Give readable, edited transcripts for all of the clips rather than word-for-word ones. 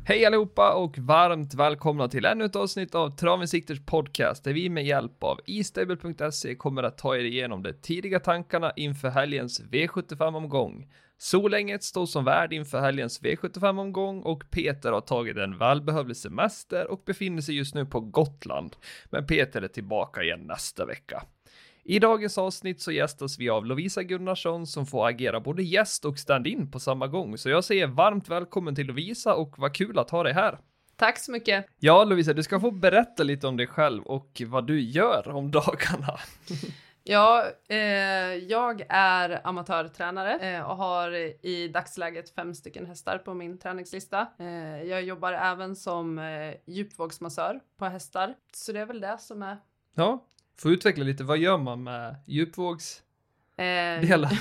Hej allihopa och varmt välkomna till ännu ett avsnitt av Travinsikters podcast där vi med hjälp av eStable.se kommer att ta er igenom de tidiga tankarna inför helgens V75-omgång. Solänget står som värd inför helgens V75-omgång och Peter har tagit en välbehövlig semester och befinner sig just nu på Gotland. Men Peter är tillbaka igen nästa vecka. I dagens avsnitt så gästas vi av Lovisa Gunnarsson som får agera både gäst och stand-in på samma gång. Så jag säger varmt välkommen till Lovisa och vad kul att ha dig här. Tack så mycket. Ja Lovisa, du ska få berätta lite om dig själv och vad du gör om dagarna. Ja, jag är amatörtränare och har i dagsläget 5 stycken hästar på min träningslista. Jag jobbar även som djupvågsmassör på hästar. Så det är väl det som är... Ja, får utveckla lite. Vad gör man med djupvågsdelar?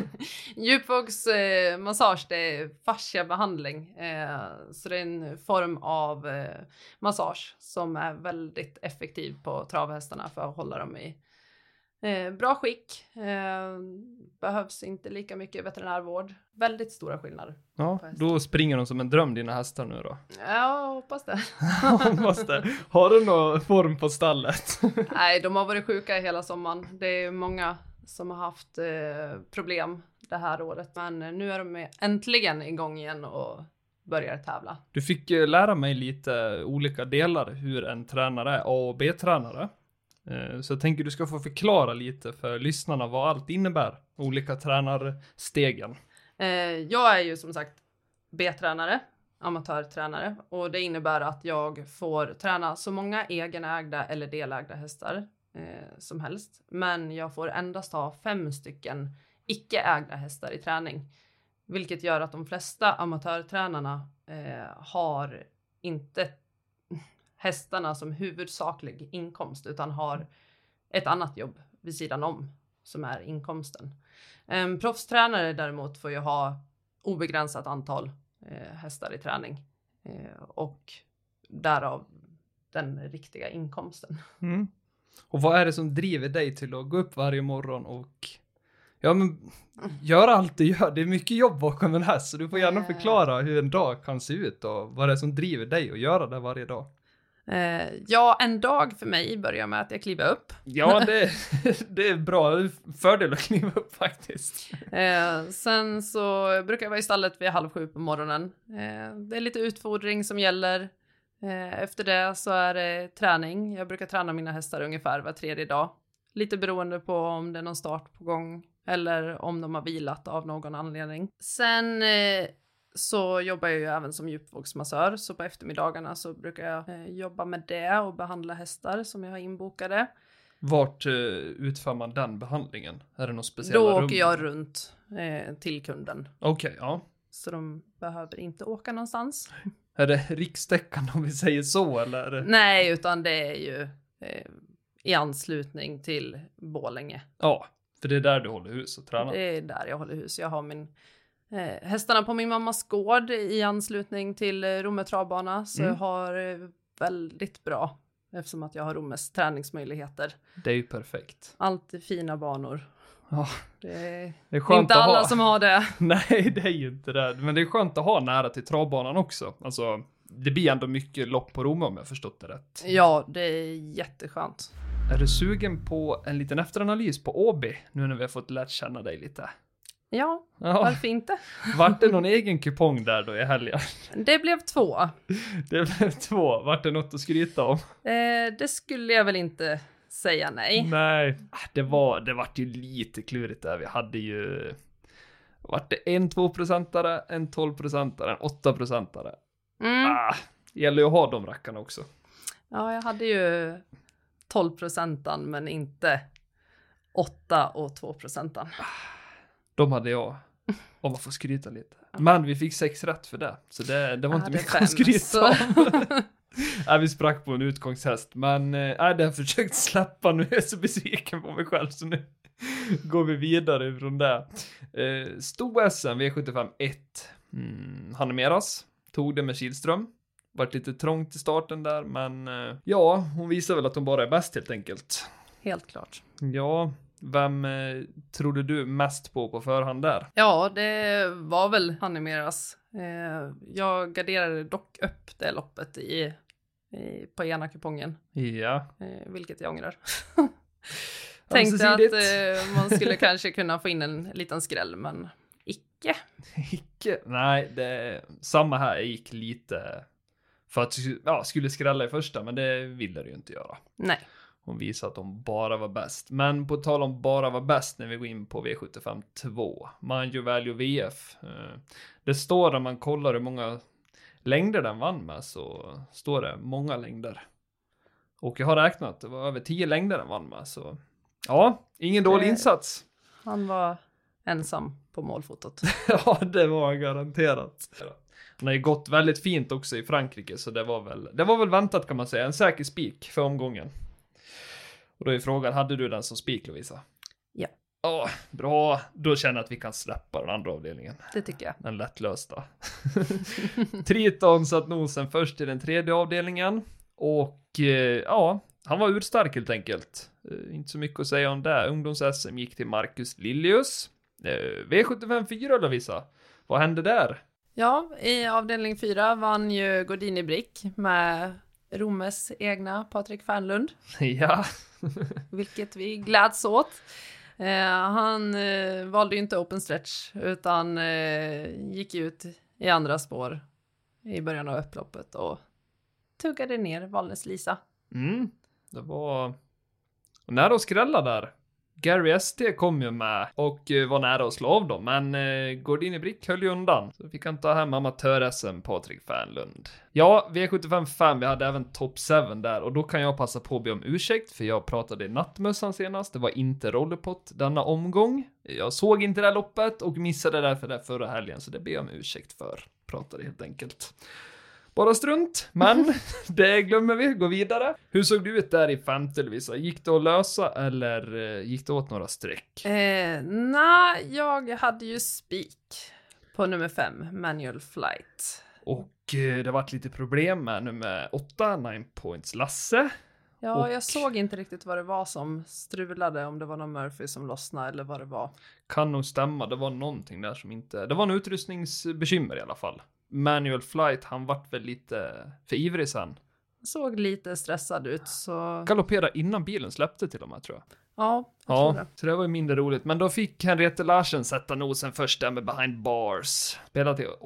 Djupvågsmassage, det är fasciabehandling. Så det är en form av massage som är väldigt effektiv på travhästarna för att hålla dem i bra skick. Behövs inte lika mycket veterinärvård. Väldigt stora skillnader. Ja, då springer de som en dröm dina hästar nu då. Ja, hoppas det. Hoppas det. Har du någon form på stallet? Nej, de har varit sjuka hela sommaren. Det är många som har haft problem det här året. Men nu är de äntligen igång igen och börjar tävla. Du fick lära mig lite olika delar hur en tränare är, A- och B-tränare. Så jag tänker du ska få förklara lite för lyssnarna vad allt innebär, olika tränarstegen. Jag är ju som sagt B-tränare, amatörtränare, och det innebär att jag får träna så många egenägda eller delägda hästar som helst. Men jag får endast ha 5 stycken icke-ägda hästar i träning. Vilket gör att de flesta amatörtränarna har inte hästarna som huvudsaklig inkomst utan har ett annat jobb vid sidan om som är inkomsten. Proffstränare däremot får ju ha obegränsat antal hästar i träning och därav den riktiga inkomsten. Mm. Och vad är det som driver dig till att gå upp varje morgon och göra allt du gör? Det är mycket jobb bakom en häst, så du får gärna förklara hur en dag kan se ut och vad det är som driver dig att göra det varje dag. Ja, en dag för mig börjar med att jag kliver upp. Ja, det är bra fördel att kliva upp faktiskt. Sen så brukar jag vara i stallet vid 6:30 på morgonen. Det är lite utfodring som gäller. Efter det så är det träning. Jag brukar träna mina hästar ungefär var 3:e dag. Lite beroende på om det är någon start på gång eller om de har vilat av någon anledning. Sen så jobbar jag ju även som djupvågsmassör, så på eftermiddagarna så brukar jag jobba med det och behandla hästar som jag har inbokade. Vart utför man den behandlingen? Är det något speciella rum? Då åker jag runt till kunden. Okej, ja. Så de behöver inte åka någonstans. Är det rikstäckande om vi säger så, eller? Är det... Nej, utan det är ju i anslutning till Borlänge. Ja, för det är där du håller hus och tränar. Det är där jag håller hus. Jag har hästarna på min mammas gård i anslutning till Romme travbana. Så jag har väldigt bra, eftersom att jag har Rommes träningsmöjligheter. Det är ju perfekt. Alltid fina banor. Ja, det är skönt inte att alla ha. som har det. Nej, det är ju inte det. Men det är skönt att ha nära till travbanan också. Alltså, det blir ändå mycket lopp på Romme om jag förstått det rätt. Ja, det är jätteskönt. Är du sugen på en liten efteranalys på Åby nu när vi har fått lärt känna dig lite? Ja, varför inte? Vart det någon egen kupong där då i helgen? Det blev 2. Det blev 2. Vart det något att skryta om? Det skulle jag väl inte säga nej. Nej, det vart ju lite klurigt där. Vi hade ju... Vart det en 2-procentare, en 12-procentare, en 8-procentare. Gäller ju att ha de rackarna också. Ja, jag hade ju 12% men inte 8 och 2%. De hade jag, om man får skryta lite. Men vi fick 6 rätt för det. Så det var inte mycket att skryta om. Nej, vi sprack på en utgångshäst. Men det har jag försökt släppa nu. Jag är så besviken på mig själv. Så nu går vi vidare från det. Sto-SM V75 1. Hannemeras. Tog det med Kihlström. Vart lite trångt i starten där. Men ja, hon visar väl att hon bara är bäst helt enkelt. Helt klart. Ja, vem trodde du mest på förhand där? Ja, det var väl Hannemeras. Jag garderade dock upp det loppet på ena kupongen. Ja. Vilket jag ångrar. Tänkte att man skulle kanske kunna få in en liten skräll, men icke. Nej, samma här. Jag gick lite för att skulle skrälla i första, men det ville det ju inte göra. Nej. Hon visade att de bara var bäst. Men på tal om bara var bäst när vi går in på V75 2. Manjo Value VF. Det står när man kollar hur många längder den vann med, så står det många längder. Och jag har räknat, det var över 10 längder den vann med. Så ja, ingen dålig insats. Han var ensam på målfotot. Ja, det var garanterat. Han har ju gått väldigt fint också i Frankrike, så det var väl väntat kan man säga. En säker spik för omgången. Och då är frågan, hade du den som spik, Lovisa? Ja. Bra. Då känner jag att vi kan släppa den andra avdelningen. Det tycker jag. Den lättlösta. Triton satt nosen först i den tredje avdelningen. Och han var urstark helt enkelt. Inte så mycket att säga om det. Ungdoms-SM gick till Marcus Lilius. V75 4, Lovisa. Vad hände där? Ja, i avdelning 4 vann ju Gordini Brick med Romes egna Patrik Fernlund. Ja. Vilket vi gläds åt. Han valde ju inte open stretch utan gick ut i andra spår i början av upploppet och tuggade ner Valnes Lisa. Det var nära att skrälla där. Gary ST kom ju med och var nära att slå av dem, men Gordini Brick höll ju undan. Så fick han ta hem amatör-SM Patrik Fernlund. Ja, V75 5, vi hade även top 7 där, och då kan jag passa på att be om ursäkt, för jag pratade i nattmössan senast. Det var inte rollerpott denna omgång. Jag såg inte det här loppet och missade därför det förra helgen, så det ber jag om ursäkt för. Pratade helt enkelt. Bara strunt, men det glömmer vi. Gå vidare. Hur såg du ut där i femte, Lovisa? Gick det att lösa eller gick det åt några streck? Nej, jag hade ju spik på nummer 5, Manual Flight. Och det var lite problem med nummer 8, 9 Points Lasse. Ja, jag såg inte riktigt vad det var som strulade, om det var någon Murphy som lossnade eller vad det var. Kan nog stämma, det var någonting där som inte... Det var en utrustningsbekymmer i alla fall. Manual Flight, han vart väl lite för ivrig sen. Såg lite stressad ut, så... Galopperade innan bilen släppte till och med, tror jag. Ja, jag tror det. Så det var ju mindre roligt. Men då fick Henriette Larsen sätta nosen först där med behind bars. Spelade till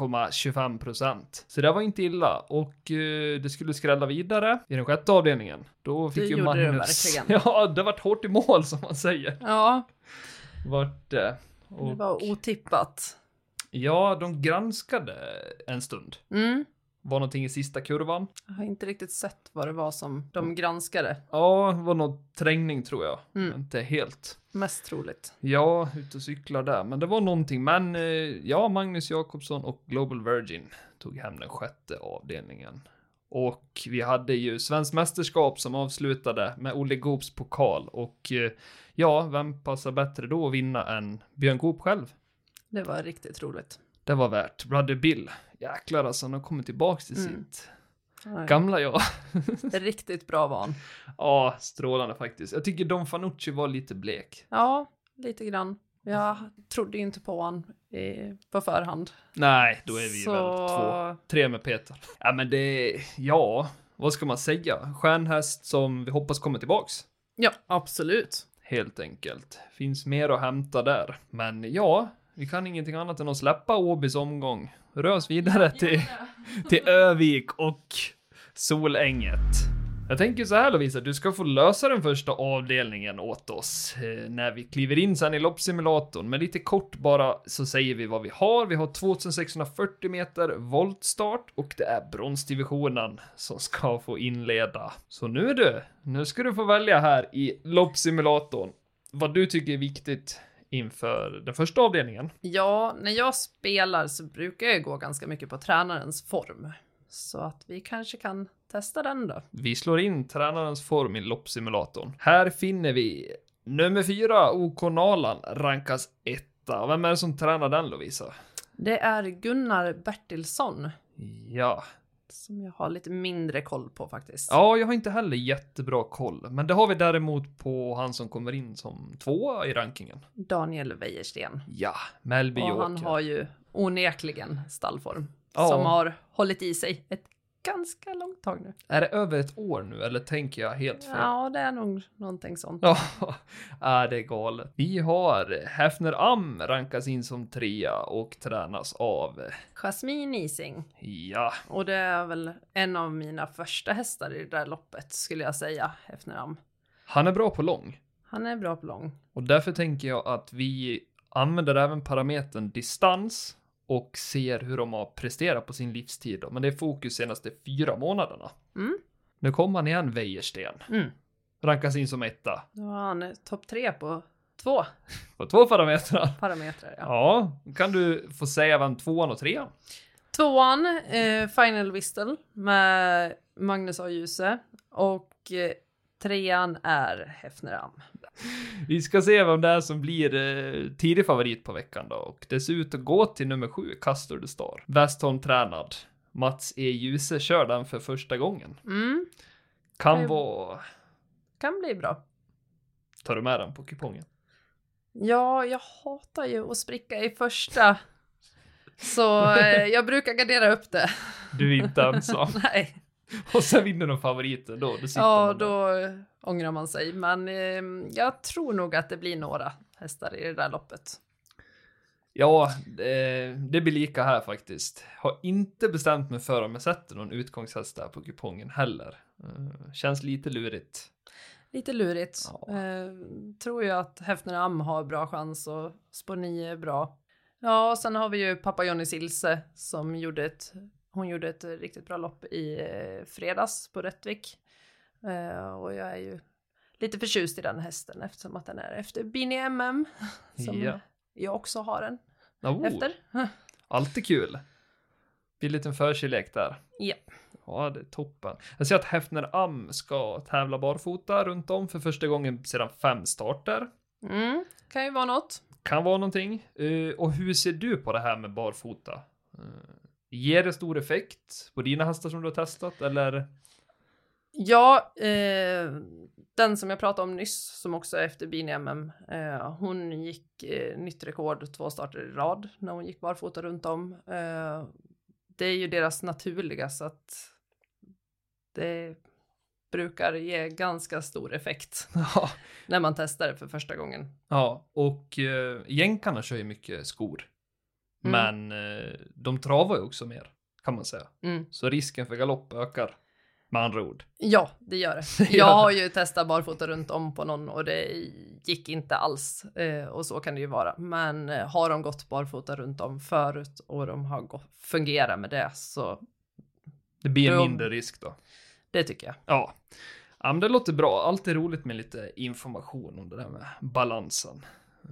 8,25%. Så det var inte illa. Och det skulle skrälla vidare i den sjätte avdelningen. Då fick det ju gjorde Magnus... det verkligen. Ja, det vart hårt i mål som man säger. Ja. Vart det. Och... Det var otippat. Ja, de granskade en stund. Var någonting i sista kurvan? Jag har inte riktigt sett vad det var som de granskade. Ja, det var någon trängning tror jag. Inte helt. Mest troligt. Ja, ut och cykla där. Men det var någonting. Men ja, Magnus Jakobsson och Global Virgin tog hem den sjätte avdelningen. Och vi hade ju Svensk mästerskap som avslutade med Olle Goops pokal. Och ja, vem passar bättre då att vinna än Björn Goop själv? Det var riktigt roligt. Det var värt. Brother Bill. Jäklar alltså, han har kommit tillbaka till sitt gamla jag. Riktigt bra van. Ja, strålande faktiskt. Jag tycker Don Fanucci var lite blek. Ja, lite grann. Jag trodde inte på han på förhand. Nej, då är vi väl 2-3 med Peter. Ja, men vad ska man säga? Stjärnhäst som vi hoppas kommer tillbaks. Ja, absolut. Helt enkelt. Finns mer att hämta där. Men ja, vi kan ingenting annat än att släppa Åbys omgång. Rörs vidare till Övik och Solänget. Jag tänker så här, Lovisa, du ska få lösa den första avdelningen åt oss när vi kliver in sen i loppsimulatorn. Men lite kort bara så säger vi vad vi har. Vi har 2640 meter voltstart och det är bronsdivisionen som ska få inleda. Så nu ska du få välja här i loppsimulatorn vad du tycker är viktigt inför den första avdelningen. Ja, när jag spelar så brukar jag gå ganska mycket på tränarens form. Så att vi kanske kan testa den då. Vi slår in tränarens form i loppsimulatorn. Här finner vi nummer 4, OK Nalan, rankas 1. Vem är det som tränar den, Lovisa? Det är Gunnar Bertilsson. Ja. Som jag har lite mindre koll på faktiskt. Ja, jag har inte heller jättebra koll. Men det har vi däremot på han som kommer in som 2 i rankingen. Daniel Wäjersten. Ja, Mellby Joker. Och han har ju onekligen stallform. Ja. Som har hållit i sig ett ganska långt tag nu. Är det över ett år nu eller tänker jag helt fel? Ja, det är nog någonting sånt. Ja, det är galet. Vi har Hefner Am rankas in som 3 och tränas av... Jasmine Ising. Ja. Och det är väl en av mina första hästar i det där loppet skulle jag säga, Hefner Am. Han är bra på lång. Han är bra på lång. Och därför tänker jag att vi använder även parametern distans och ser hur de har presterat på sin livstid. Då. Men det är fokus senaste 4 månaderna. Mm. Nu kommer han igen, Wäjersten. Rankas in som 1. Då var han topp 3 på 2 På 2 parametrar. parametrar. Ja. Ja, kan du få säga vem 2:an och 3:an? 2:an, Final Whistle med Magnus A. Djuse. Och 3:an är Hefner Am. Vi ska se vem det är som blir tidig favorit på veckan då. Och det ser ut att gå till nummer 7, Castor de Star. Westholm tränad. Mats E. Djuse kör den för första gången. Kan vara... Kan bli bra. Tar du med den på kupongen? Ja, jag hatar ju att spricka i första. Så jag brukar gardera upp det. Du är inte ensam. Nej. Och sen vinner de favoriten då. Då sitter Ja, man där. då ångrar man sig. Men jag tror nog att det blir några hästar i det där loppet. Ja, det blir lika här faktiskt. Har inte bestämt mig för om jag sätter någon utgångshäst där på kupongen heller. Känns lite lurigt. Lite lurigt. Ja. Tror ju att Hefner Am har bra chans och spår 9 är bra. Ja, och sen har vi ju pappa Johnny Silse som gjorde ett riktigt bra lopp i fredags på Rättvik. Och jag är ju lite förtjust i den hästen eftersom att den är efter Bini MM som jag också har den efter. Alltid kul. Blir en liten förkärlek där. Ja. Ja, det är toppen. Jag ser att Hefner Am ska tävla barfota runt om för första gången sedan 5 starter. Kan ju vara något. Kan vara någonting. Och hur ser du på det här med barfota? Ger det stor effekt på dina hästar som du har testat? Eller? Ja, den som jag pratade om nyss som också är efter Bini MM. Hon gick nytt rekord 2 starter i rad när hon gick barfota runt om. Det är ju deras naturliga så att det brukar ge ganska stor effekt när man testar det för första gången. Ja, och jänkarna kör ju mycket skor. Men de travar ju också mer, kan man säga. Så risken för galopp ökar, med andra ord. Ja, det gör det. Jag har ju testat barfota runt om på någon och det gick inte alls. Och så kan det ju vara. Men har de gått barfota runt om förut och de har fungerat med det så... Det blir en mindre risk då. Det tycker jag. Ja, men det låter bra. Alltid roligt med lite information om det där med balansen.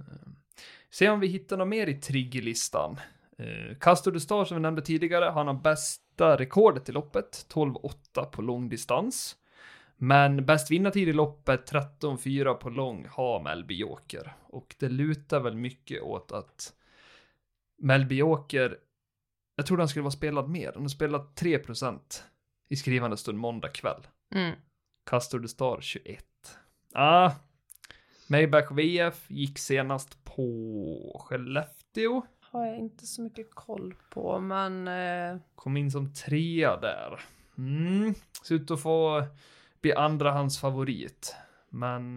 Se om vi hittar något mer i triggerlistan. Castor de Star som vi nämnde tidigare, han har bästa rekordet i loppet, 12,8 på lång distans. Men bäst vinnartid i loppet, 13,4 på lång, har Melby Joker. Och det lutar väl mycket åt att Melby Joker, jag tror han skulle vara spelad mer. Han har spelat 3% i skrivande stund måndag kväll. Castor de Star 21. Maybach VF gick senast på Skellefteå. Har jag inte så mycket koll på, men... Kom in som 3 där. Ser ut att få bli andra hans favorit. Men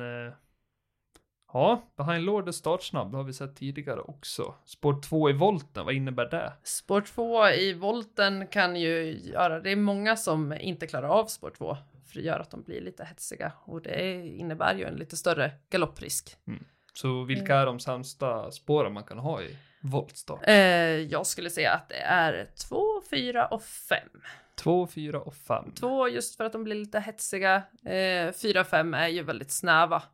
Behind Lord är startsnabb. Det har vi sett tidigare också. Spår 2 i volten, vad innebär det? Spår 2 i volten kan ju göra... Det är många som inte klarar av spår 2. För det gör att de blir lite hetsiga. Och det innebär ju en lite större galopprisk. Så vilka är de sämsta spåren man kan ha i voltstart? Jag skulle säga att det är 2, 4 och 5. 2, 4 och 5. 2 just för att de blir lite hetsiga. 4, 5 är ju väldigt snäva.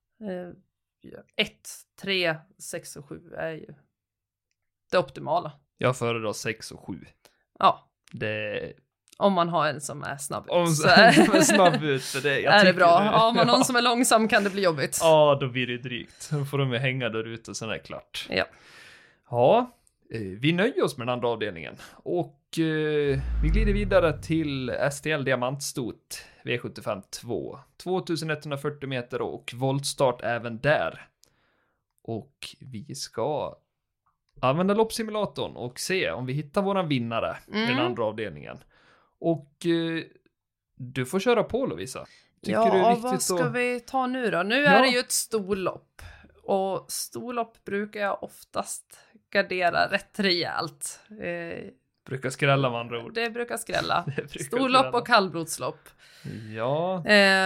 1, 3, 6 och 7 är ju det optimala. Jag föredrar 6 och 7. Ja. Det... Om man har en som är snabb ut. Om som är snabb ut för det. Är det bra? Ja, om man har någon som är långsam kan det bli jobbigt. Ja, då blir det drygt. Då får de hänga där ute och sen är det klart. Ja, vi nöjer oss med den andra avdelningen. Och vi glider vidare till STL Diamantstot V75 2. 2140 meter och voltstart även där. Och vi ska använda loppsimulatorn och se om vi hittar våran vinnare i den andra avdelningen. Och du får köra på, Lovisa. Vad ska vi ta nu då? Nu är det ju ett storlopp. Och storlopp brukar jag oftast gardera rätt rejält. Brukar skrälla med andra ord. Det brukar skrälla. Storlopp och kallblodslopp. Ja.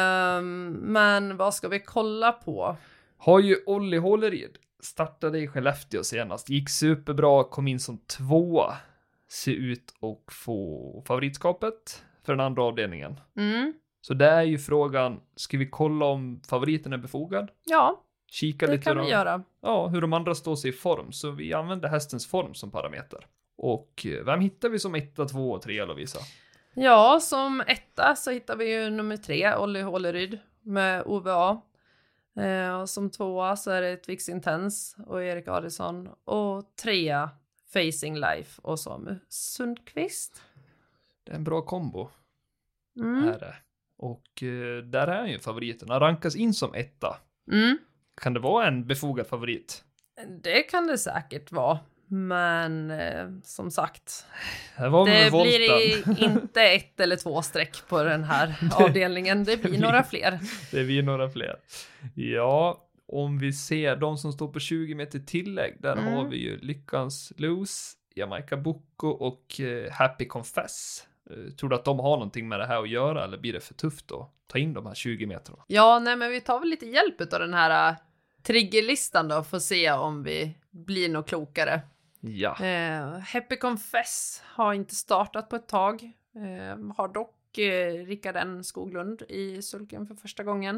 Men vad ska vi kolla på? Har ju Olli Hålerid startade i Skellefteå senast. Gick superbra, kom in som 2. Ser ut att få favoritskapet för den andra avdelningen. Så det är ju frågan, ska vi kolla om favoriten är befogad? Ja, kika det lite kan vi göra. Ja, hur de andra står sig i form. Så vi använder hästens form som parameter. Och vem hittar vi som 1, 2 och 3, Lovisa? Ja, som 1 så hittar vi ju nummer 3, Olli Håleryd med OVA. Och som 2 så är det Twix Intense och Erik Adison. Och 3 Facing Life och Samu Sundqvist. Det är en bra kombo. Här är. Och där är ju favoriterna. Rankas in som 1. Kan det vara en befogad favorit? Det kan det säkert vara. Men som sagt, det blir inte 1 eller 2 streck på den här avdelningen. Det blir några fler. Det blir några fler. Ja, om vi ser de som står på 20 meter tillägg. Där har vi ju Lyckans Lose, Jamaica Boko och Happy Confess. Tror du att de har någonting med det här att göra, eller blir det för tufft att ta in de här 20 meterna? Ja, nej, men vi tar väl lite hjälp av den här triggerlistan då, för att se om vi blir något klokare. Ja. Happy Confess har inte startat på ett tag. Har dock Rickard N. Skoglund i sulken för första gången.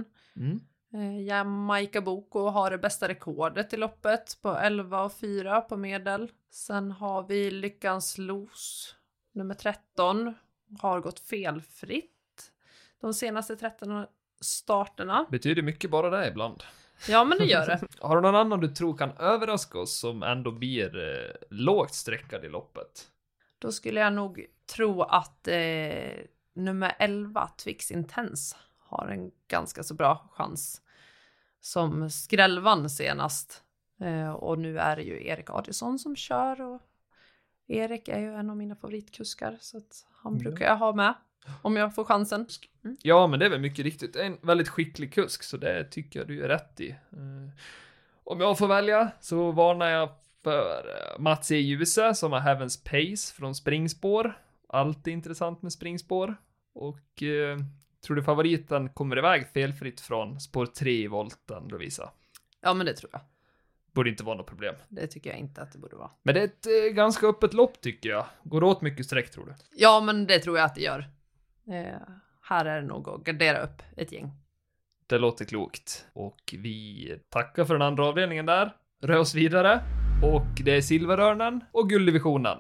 Jamaica Boko har det bästa rekordet i loppet på 11,4 på medel. Sen har vi Lyckans Los nummer 13. Har gått felfritt de senaste 13 starterna. Betyder mycket bara det ibland. Ja, men det gör det. Har du någon annan du tror kan överraska oss som ändå blir lågt sträckad i loppet? Då skulle jag nog tro att nummer 11, Twix Intense, har en ganska så bra chans. Som skrällvann senast. Och nu är det ju Erik Adison som kör. Och Erik är ju en av mina favoritkuskar. Så att han brukar jag ha med. Om jag får chansen. Ja, men det är väl mycket riktigt. En väldigt skicklig kusk, så det tycker jag du är rätt i. Om jag får välja så varnar jag för Mats E. Djuse som har Heaven's Pace från springspår. Alltid intressant med springspår. Och tror du favoriten kommer iväg felfritt från spår 3 i volten, Lovisa? Ja, men det tror jag. Borde inte vara något problem. Det tycker jag inte att det borde vara. Men det är ett ganska öppet lopp, tycker jag. Går det åt mycket sträck, tror du? Ja, men det tror jag att det gör. Här är det nog att gardera upp ett gäng. Det låter klokt. Och vi tackar för den andra avdelningen där. Rör oss vidare. Och det är Silverörnen och gulddivisionen.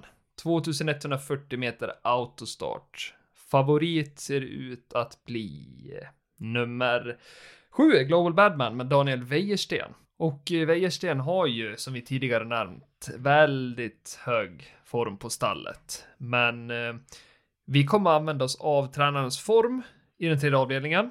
2140 meter autostart. Favorit ser ut att bli nummer 7, Global Badman med Daniel Wäjersten. Och Wäjersten har ju, som vi tidigare nämnt, väldigt hög form på stallet. Men vi kommer använda oss av tränarens form i den tredje avdelningen.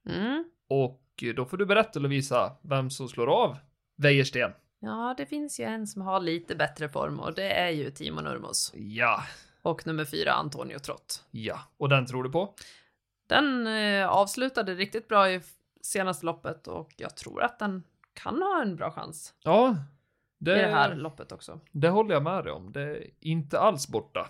Och då får du berätta, Lovisa, vem som slår av Wäjersten. Ja, det finns ju en som har lite bättre form och det är ju Timo Nurmos. Ja. Och nummer 4, Antonio Trott. Ja, och den tror du på? Den avslutade riktigt bra i senaste loppet och jag tror att den kan ha en bra chans. Ja. I det här loppet också. Det håller jag med dig om. Det är inte alls borta.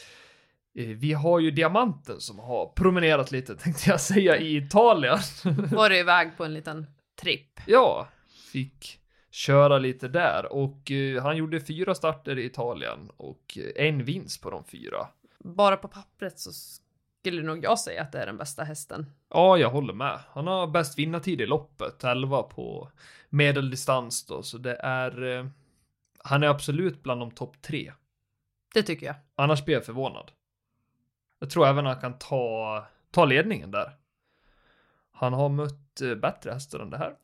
Vi har ju Diamanten som har promenerat lite, tänkte jag säga, i Italien. Var det iväg på en liten tripp. Ja, fick köra lite där. Och han gjorde 4 starter i Italien och en vinst på de 4. Bara på pappret så skulle nog jag säga att det är den bästa hästen. Ja, jag håller med. Han har bäst vinnartid i loppet, 11 på medeldistans då. Så det är... han är absolut bland de topp 3. Det tycker jag. Annars blir jag förvånad. Jag tror även han kan ta ledningen där. Han har mött bättre hästar än det här.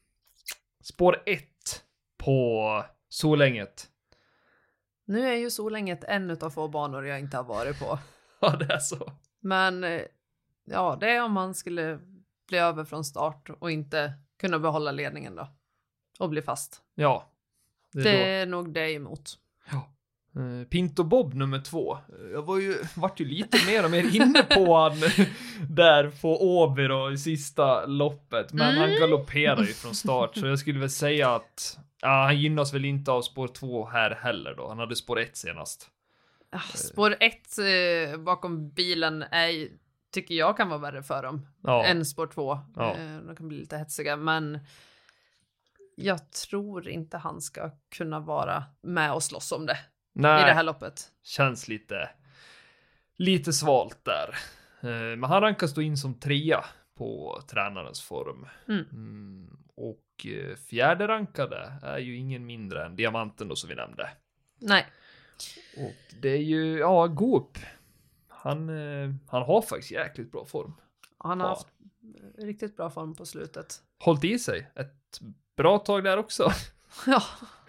Spår 1 på Solänget. Nu är ju Solänget en av få banor jag inte har varit på. Ja, det är så. Men ja, det är om man skulle bli över från start och inte kunna behålla ledningen då. Och bli fast. Ja. Det är nog det emot. Ja. Pinto Bob nummer 2. Jag vart ju lite mer och mer inne på han där på Åby då i sista loppet. Men han galopperar ju från start. Så jag skulle väl säga att han gynnas väl inte av spår 2 här heller då. Han hade spår 1 senast. Spår 1 bakom bilen tycker jag kan vara värre för dem än spår 2. Ja. De kan bli lite hetsiga, men jag tror inte han ska kunna vara med och slåss om det. Nej, i det här loppet. Känns lite svalt där. Men han rankas då in som 3 på tränarens form. Och fjärde rankade är ju ingen mindre än Diamanten då, som vi nämnde. Nej. Och det är ju, Goop. Han har faktiskt jäkligt bra form. Han har haft riktigt bra form på slutet. Hållit i sig ett bra tag där också. Ja.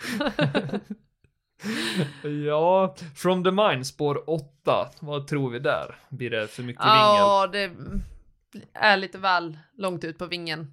Ja, From the Mine spår 8. Vad tror vi där? Blir det för mycket vingel? Ja, det är lite väl långt ut på vingen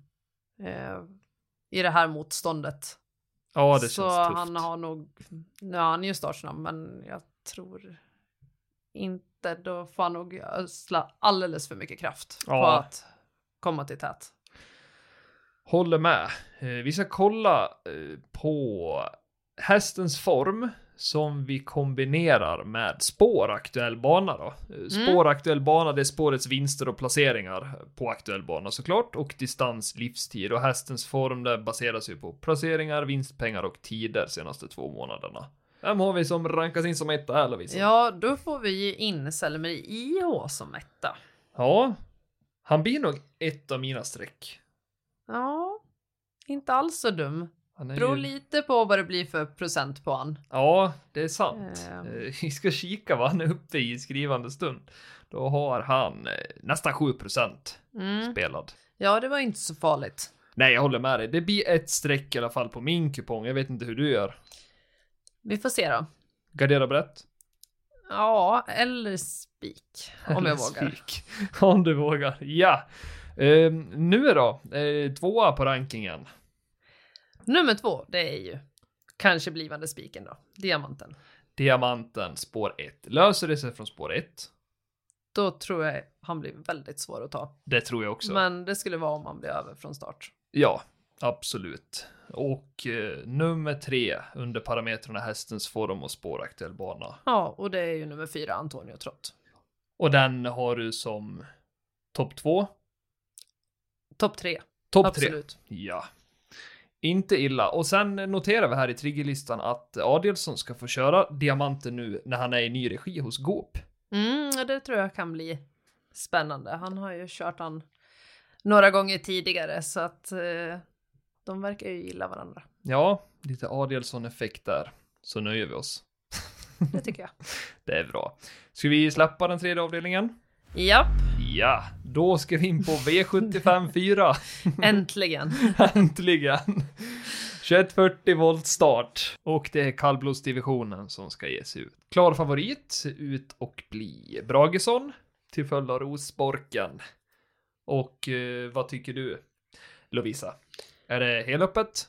i det här motståndet. Ja, det känns så tufft. Han har nog, nu är han ju startsnabb, men jag tror inte, då får han nog ödsla alldeles för mycket kraft på att komma till tät. Håller med. Vi ska kolla på hästens form som vi kombinerar med spåraktuell bana då. Spåraktuell bana, det är spårets vinster och placeringar på aktuell bana såklart, och distans, livstid, och hästens form där baseras ju på placeringar, vinstpengar och tider senaste 2 månaderna. Vem har vi som rankas in som 1 här, Lovisa? Ja, då får vi in Selmer IH som 1. Ja, han blir nog 1 av mina streck. Ja, inte alls så dum. Beror ju lite på vad det blir för procent på han. Ja, det är sant. Vi ska kika vad han är uppe i skrivande stund. Då har han nästan 7% spelad. Ja, det var inte så farligt. Nej, jag håller med dig. Det blir 1 streck i alla fall på min kupong. Jag vet inte hur du gör. Vi får se då. Gardera brett? Ja, eller spik. Om jag vågar. Spik. Om du vågar, ja. Nu då, 2 på rankingen. Nummer 2, det är ju kanske blivande spiken då. Diamanten, spår 1. Löser det sig från spår 1? Då tror jag han blir väldigt svår att ta. Det tror jag också. Men det skulle vara om han blir över från start. Ja, absolut. Och nummer 3 under parametrarna hästens form och spåraktuell bana. Ja, och det är ju nummer 4, Antonio Trott. Och den har du som topp 2? Topp 3. Topp 3. Absolut. Ja. Inte illa. Och sen noterar vi här i triggerlistan att Adelsson ska få köra Diamanten nu när han är i ny regi hos Goop. Det tror jag kan bli spännande. Han har ju kört han några gånger tidigare, så att de verkar ju gilla varandra. Ja, lite Adelsson-effekt där. Så nöjer vi oss. Det tycker jag. Det är bra. Ska vi släppa den 3:e avdelningen? Japp. Ja, då ska vi in på V75 4. Äntligen. Äntligen. 2140 volt start. Och det är kallblodsdivisionen som ska ges ut. Klar favorit ut och bli Bragesson till följd av Rosborken. Och vad tycker du, Lovisa? Är det helöppet?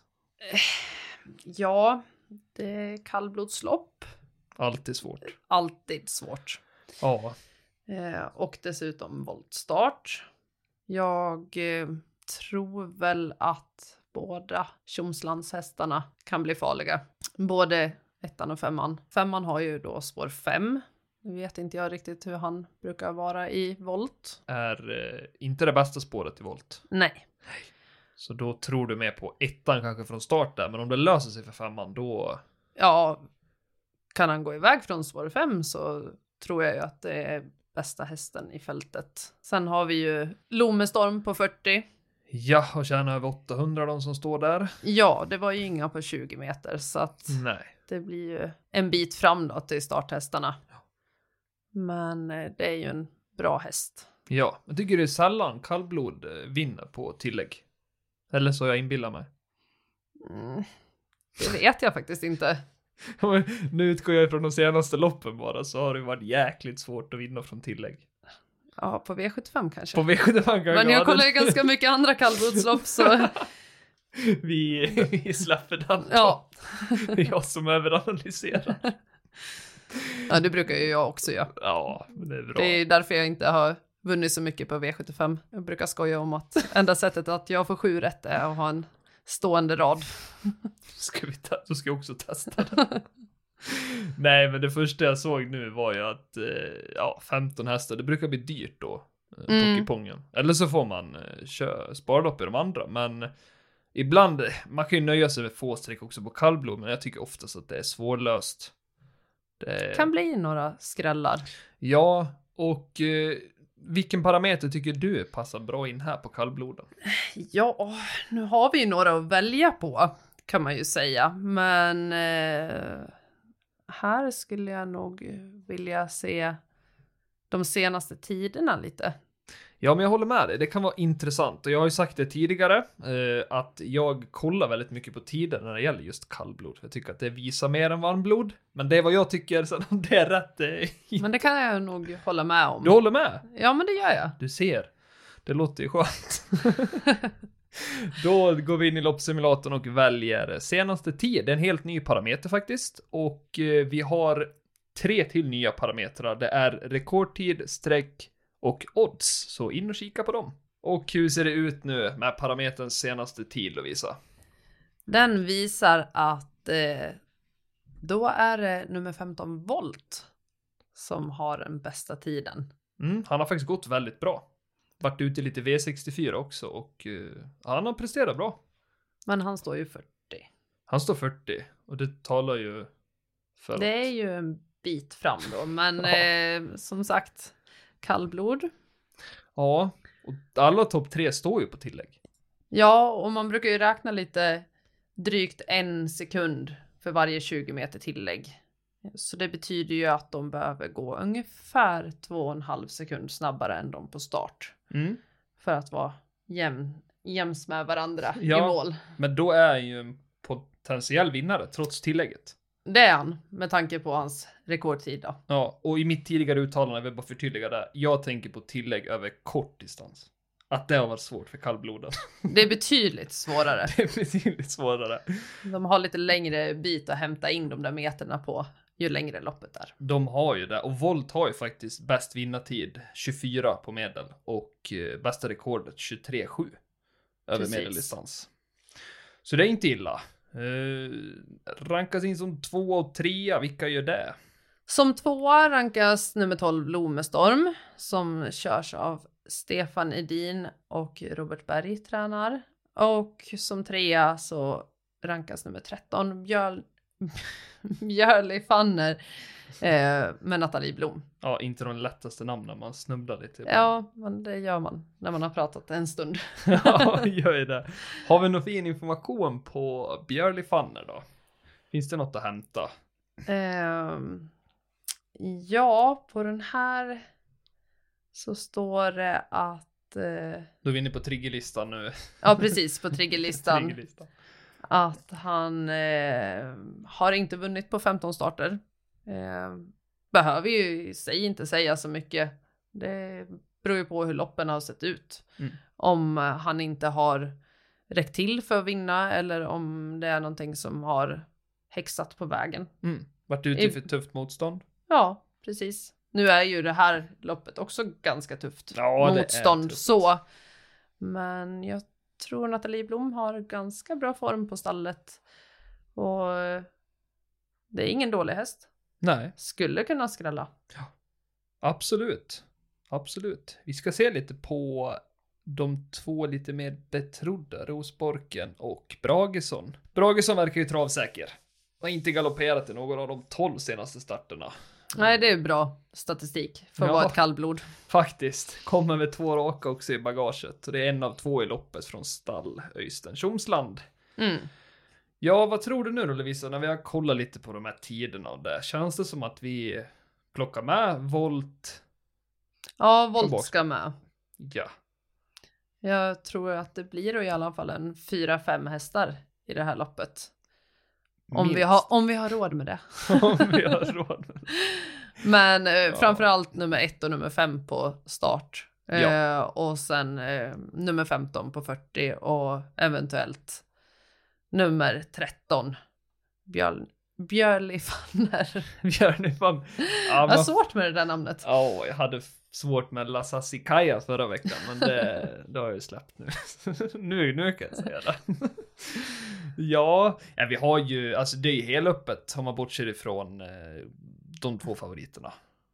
Ja, det är kallblodslopp. Alltid svårt. Alltid svårt. Ja. Och dessutom voltstart. Jag tror väl att båda Tjomslandshästarna kan bli farliga. Både 1 och 5. 5 har ju då spår 5. Nu vet inte jag riktigt hur han brukar vara i volt. Är inte det bästa spåret i volt? Nej. Så då tror du med på 1 kanske från start där. Men om det löser sig för 5 då... Ja, kan han gå iväg från spår 5 så tror jag ju att det är bästa hästen i fältet. Sen har vi ju Lomestorm på 40. Ja, och tjänar över 800 de som står där. Ja, det var ju inga på 20 meter, så att det blir ju en bit fram då till starthästarna. Men det är ju en bra häst. Ja, jag tycker det är sällan kallblod vinner på tillägg. Eller så jag inbillar mig. Det vet jag faktiskt inte. Nu utgår jag från de senaste loppen bara, så har det varit jäkligt svårt att vinna från tillägg. Ja, på V75 kanske. På V75 kanske. Men jag kollar ju ganska mycket andra kallblodslopp, så Vi släpper den. Ja. Det är jag som överanalyserar. Ja, det brukar ju jag också göra. Ja, det är bra. Det är därför jag inte har vunnit så mycket på V75. Jag brukar skoja om att enda sättet att jag får 7 rätt är att ha en stående rad. Då ska jag också testa det. Nej, men det första jag såg nu var ju att 15 hästar, det brukar bli dyrt då. Poképongen. Eller så får man spara upp i de andra. Men ibland, man kan ju nöja sig med få streck också på kallblod. Men jag tycker oftast att det är svårlöst. Det kan bli några skrällar. Ja, och vilken parameter tycker du passar bra in här på kallbloden? Ja, nu har vi ju några att välja på, kan man ju säga. Men här skulle jag nog vilja se de senaste tiderna lite. Ja, men jag håller med dig. Det kan vara intressant. Och jag har ju sagt det tidigare att jag kollar väldigt mycket på tider när det gäller just kallblod. Jag tycker att det visar mer än varmblod. Men det är vad jag tycker, så om det är rätt. Men det kan jag nog hålla med om. Du håller med? Ja, men det gör jag. Du ser. Det låter ju skönt. Då går vi in i loppsimulatorn och väljer senaste tid. Det är en helt ny parameter faktiskt. Och vi har 3 till nya parametrar. Det är rekordtid, streck och odds. Så in och kika på dem. Och hur ser det ut nu med parameterns senaste tid, Lovisa? Den visar att då är det nummer 15 volt som har den bästa tiden. Han har faktiskt gått väldigt bra. Varit ute lite V64 också och han har presterat bra. Men han står ju 40. Han står 40 och det talar ju för... Det är ju en bit fram då, men som sagt, kallblod. Ja, och alla topp 3 står ju på tillägg. Ja, och man brukar ju räkna lite drygt 1 sekund för varje 20 meter tillägg. Så det betyder ju att de behöver gå ungefär 2,5 sekund snabbare än de på start. För att vara jäms med varandra i mål. Men då är han ju en potentiell vinnare trots tillägget. Det är han, med tanke på hans rekordtid då. Ja, och i mitt tidigare uttalande, jag vill bara förtydliga det. Jag tänker på tillägg över kort distans. Att det har varit svårt för kallbloden. Det är betydligt svårare. Det är betydligt svårare. De har lite längre bit att hämta in de där meterna på ju längre loppet är. De har ju det. Och Volt har ju faktiskt bäst vinnartid 24 på medel. Och bästa rekordet 23,7 över medeldistans. Så det är inte illa. Rankas in som 2 och 3. Vilka gör det? Som 2 rankas nummer 12 Lomestorm, som körs av Stefan Edin och Robert Berg tränar. Och som 3 så rankas nummer 13 Björli Fanner med Nathalie Blom. Ja, inte de lättaste namnen, man snubblar lite. Ja, men det gör man när man har pratat en stund. Ja, gör ju det. Har vi någon fin information på Björli Fanner då? Finns det något att hämta? Ja, på den här så står det att... Då är vi inne på triggerlistan nu. Ja, precis, på triggerlistan. Att han har inte vunnit på 15 starter. Behöver ju i sig inte säga så mycket. Det beror ju på hur loppen har sett ut. Om han inte har räckt till för att vinna eller om det är någonting som har häxat på vägen. Vart ute för tufft motstånd? Ja, precis. Nu är ju det här loppet också ganska tufft motstånd så. Men jag tror Nathalie Blom har ganska bra form på stallet. Och det är ingen dålig häst. Nej. Skulle kunna skrälla. Ja, absolut. Absolut. Vi ska se lite på de 2 lite mer betrodda, Rosborken och Bragesson. Bragesson verkar ju travsäker. Har inte galopperat i någon av de 12 senaste starterna. Nej, det är bra statistik för att vara ett kallblod. Faktiskt. Kommer med 2 raka också i bagaget. Och det är 1 av 2 i loppet från stall Öystein Tjomsland. Ja, vad tror du nu då, Lovisa, när vi har kollat lite på de här tiderna och det? Känns det som att vi plockar med Volt? Ja, Volt ska med. Ja. Jag tror att det blir i alla fall en 4-5 hästar i det här loppet. Om vi har råd med det. Om vi har råd med det. Men framförallt nummer 1 och nummer 5 på start. Och sen nummer 15 på 40 och eventuellt nummer 13. Björlifanner. Björnifan. Ja, Jag har svårt med det där namnet. Ja, jag hade svårt med Lasasikaja förra veckan, men det har jag ju släppt nu. nu kan jag säga det. ja, vi har ju, alltså det är ju helöppet om man bortser ifrån de 2 favoriterna.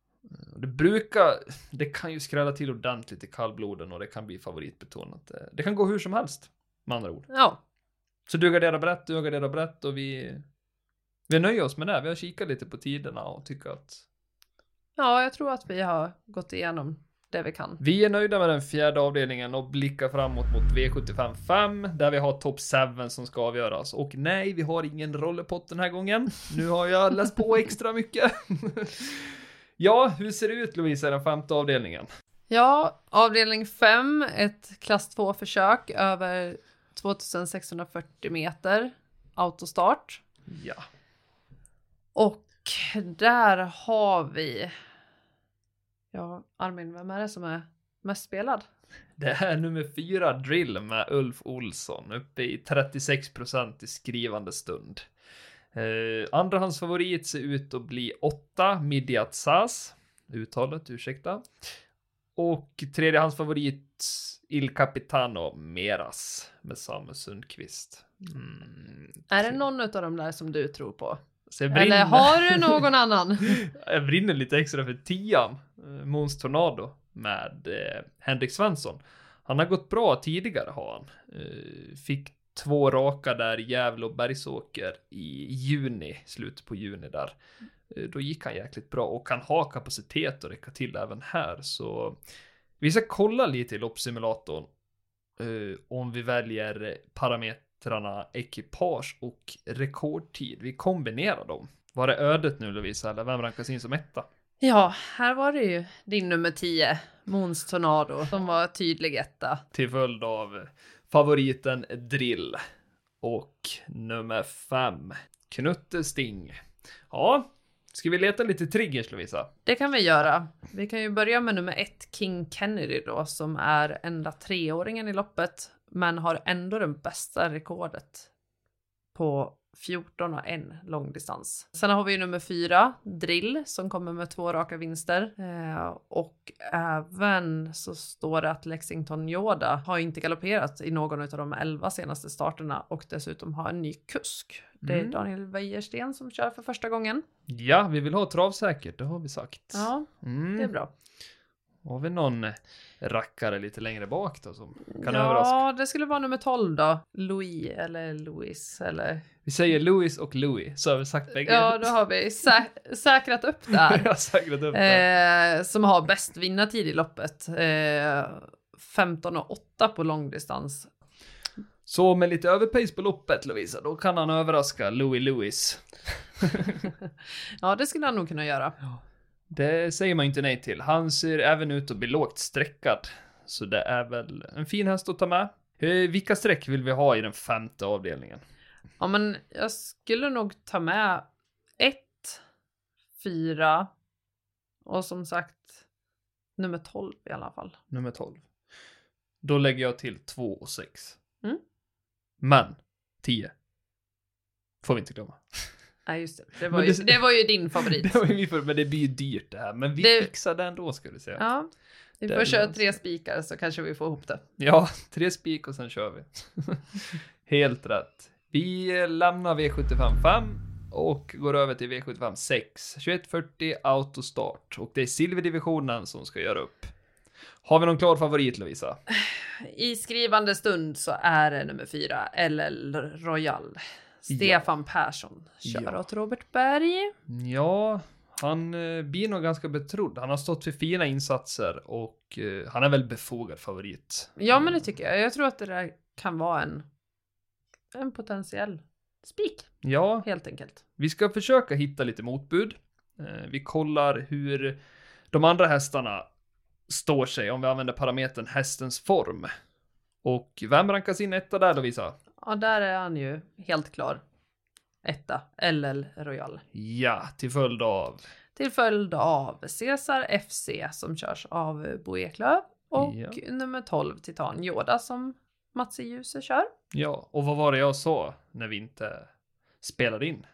Det kan ju skrälla till ordentligt i kallbloden och det kan bli favoritbetonat. Det kan gå hur som helst, med andra ord. Ja. Så du garderar brett och vi nöjer oss med det. Vi har kikat lite på tiderna och tycker att... Ja, jag tror att vi har gått igenom det vi kan. Vi är nöjda med den 4:e avdelningen och blickar framåt mot V75 5 där vi har top 7 som ska avgöras. Och nej, vi har ingen rollerpott den här gången. Nu har jag läst på extra mycket. Ja, hur ser det ut, Lovisa, i den 5:e avdelningen? Ja, avdelning 5, ett klass 2-försök över 2640 meter, autostart. Ja. Och där har vi... Ja, Armin, vem är det som är mest spelad? Det är nummer 4 Drill med Ulf Olsson uppe i 36% i skrivande stund. Andrahandsfavorit ser ut att bli 8 Midiat Sas, uttalet, ursäkta. Och tredjehandsfavorit Il Capitano Meras med Samuel Sundqvist. Är det någon av dem där som du tror på? Eller har du någon annan? Jag brinner lite extra för 10:an, Måns Tornado med Henrik Svensson. Han har gått bra tidigare, har han. Fick 2 raka där i Gävle och Bergsåker i juni, slutet på juni där. Då gick han jäkligt bra och kan ha kapacitet att räcka till även här. Så vi ska kolla lite i loppsimulatorn om vi väljer parametrarna ekipage och rekordtid. Vi kombinerar dem. Var det ödet nu, Lovisa, eller vem rankas in som etta? Ja, här var det ju din nummer 10, Måns Tornado, som var tydlig etta. Till följd av favoriten Drill. Och nummer 5, Knutte Sting. Ja, ska vi leta lite triggers, Lovisa? Det kan vi göra. Vi kan ju börja med nummer 1, King Kennedy då, som är enda 3-åringen i loppet, men har ändå den bästa rekordet på 14,1 långdistans. Sen har vi ju nummer 4, Drill, som kommer med 2 raka vinster. Och även så står det att Lexington Yoda har inte galopperat i någon av de 11 senaste starterna och dessutom har en ny kusk. Det är Daniel Wäjersten som kör för första gången. Ja, vi vill ha travsäkert, det har vi sagt. Ja, det är bra. Har vi någon rackare lite längre bak då som kan överraska? Ja, det skulle vara nummer 12 då. Louis eller Louis eller... Vi säger Louis och Louis, så har vi sagt bägge. Ja, då har vi säkrat upp där. Jag har säkrat upp där. Som har bäst vinnartid i loppet. 15,8 på långdistans. Så med lite överpace på loppet, Lovisa, då kan han överraska Louis. Ja, det skulle han nog kunna göra. Ja. Det säger man inte nej till. Han ser även ut att bli lågt sträckad. Så det är väl en fin häst att ta med. Vilka sträck vill vi ha i den 5:e avdelningen? Ja, men jag skulle nog ta med 1, 4 och som sagt nummer 12 i alla fall. Nummer 12. Då lägger jag till 2 och 6. Men 10 får vi inte glömma. Nej, just det. Det var ju din favorit. Det var ju min favorit, men det blir ju dyrt det här. Men vi fixar det ändå, skulle jag säga. Ja, vi får köra 3 spikar så kanske vi får ihop det. Ja, 3 spik och sen kör vi. Helt rätt. Vi lämnar V75 5 och går över till V75 6. 2140 autostart. Och det är silverdivisionen som ska göra upp. Har vi någon klar favorit, Lovisa? I skrivande stund så är det nummer 4, LL Royal. Stefan Persson kör åt Robert Berg. Ja, han blir nog ganska betrodd. Han har stått för fina insatser och han är väl befogad favorit. Ja, men det tycker jag. Jag tror att det där kan vara en potentiell spik. Ja, helt enkelt. Vi ska försöka hitta lite motbud. Vi kollar hur de andra hästarna står sig om vi använder parametern hästens form. Och vem rankas in etta där, Lovisa? Ja, där är han ju helt klar. Etta, LL Royal. Ja, till följd av? Till följd av Cesar FC som körs av Bo Eklöf. Och nummer 12, Titan Yoda, som Mats i Ljuse kör. Ja, och vad var det jag sa när vi inte spelade in?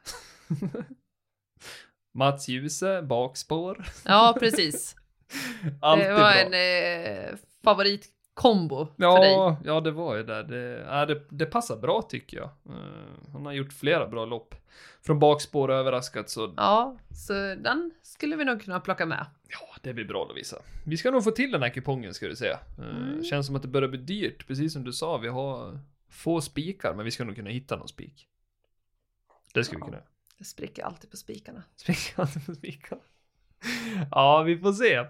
Mats Djuse, bakspår. Ja, precis. Alltid Det var bra. en favoritkombo för dig. Ja, det var ju det passar bra tycker jag. Han har gjort flera bra lopp. Från bakspår överraskat så... Ja, så den skulle vi nog kunna plocka med. Ja, det blir bra Lovisa. Vi ska nog få till den här kupongen ska du säga. Känns som att det börjar bli dyrt, precis som du sa. Vi har få spikar, men vi ska nog kunna hitta någon spik. Det ska vi kunna. Det spricker alltid på spikarna. Spricker alltid på spikar. Ja, vi får se.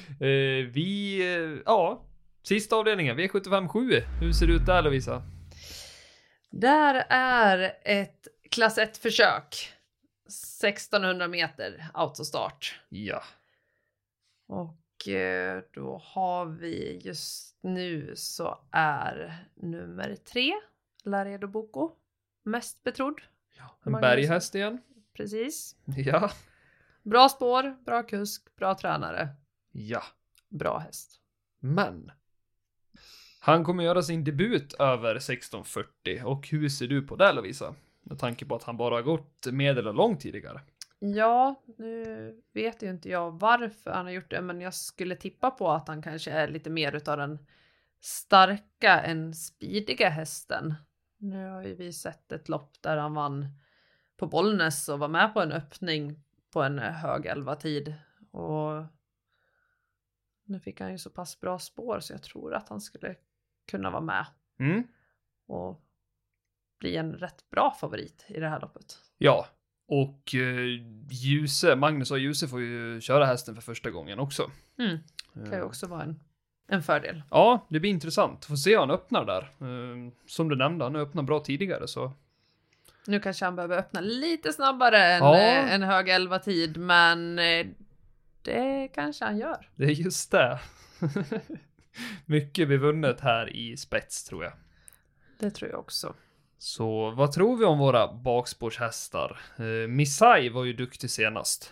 Sista avdelningen, V75-7. Hur ser det ut där Lovisa? Där är ett klass 1-försök. 1600 meter autostart. Ja. Och då har vi just nu så är nummer 3, Laredo Boko, mest betrodd. En berghäst igen. Precis. Ja. Bra spår, bra kusk, bra tränare. Ja. Bra häst. Men han kommer göra sin debut över 1640. Och hur ser du på det Lovisa? Med tanke på att han bara har gått medel och lång tidigare. Ja, nu vet ju inte jag varför han har gjort det, men jag skulle tippa på att han kanske är lite mer utav den starka än speediga hästen. Nu har ju vi sett ett lopp där han vann på Bollnäs och var med på en öppning på en hög 11-tid. Och nu fick han ju så pass bra spår så jag tror att han skulle kunna vara med. Och bli en rätt bra favorit i det här loppet. Ja, och Magnus och Djuse får ju köra hästen för första gången också. Det kan ju också vara en fördel. Ja, det blir intressant. Får se hur han öppnar där. Som du nämnde, han har öppnat bra tidigare så... Nu kanske han behöver öppna lite snabbare än en hög 11-tid, men det kanske han gör. Det är just det. Mycket bevunnet här i spets tror jag. Det tror jag också. Så vad tror vi om våra bakspårshästar? Missai var ju duktig senast.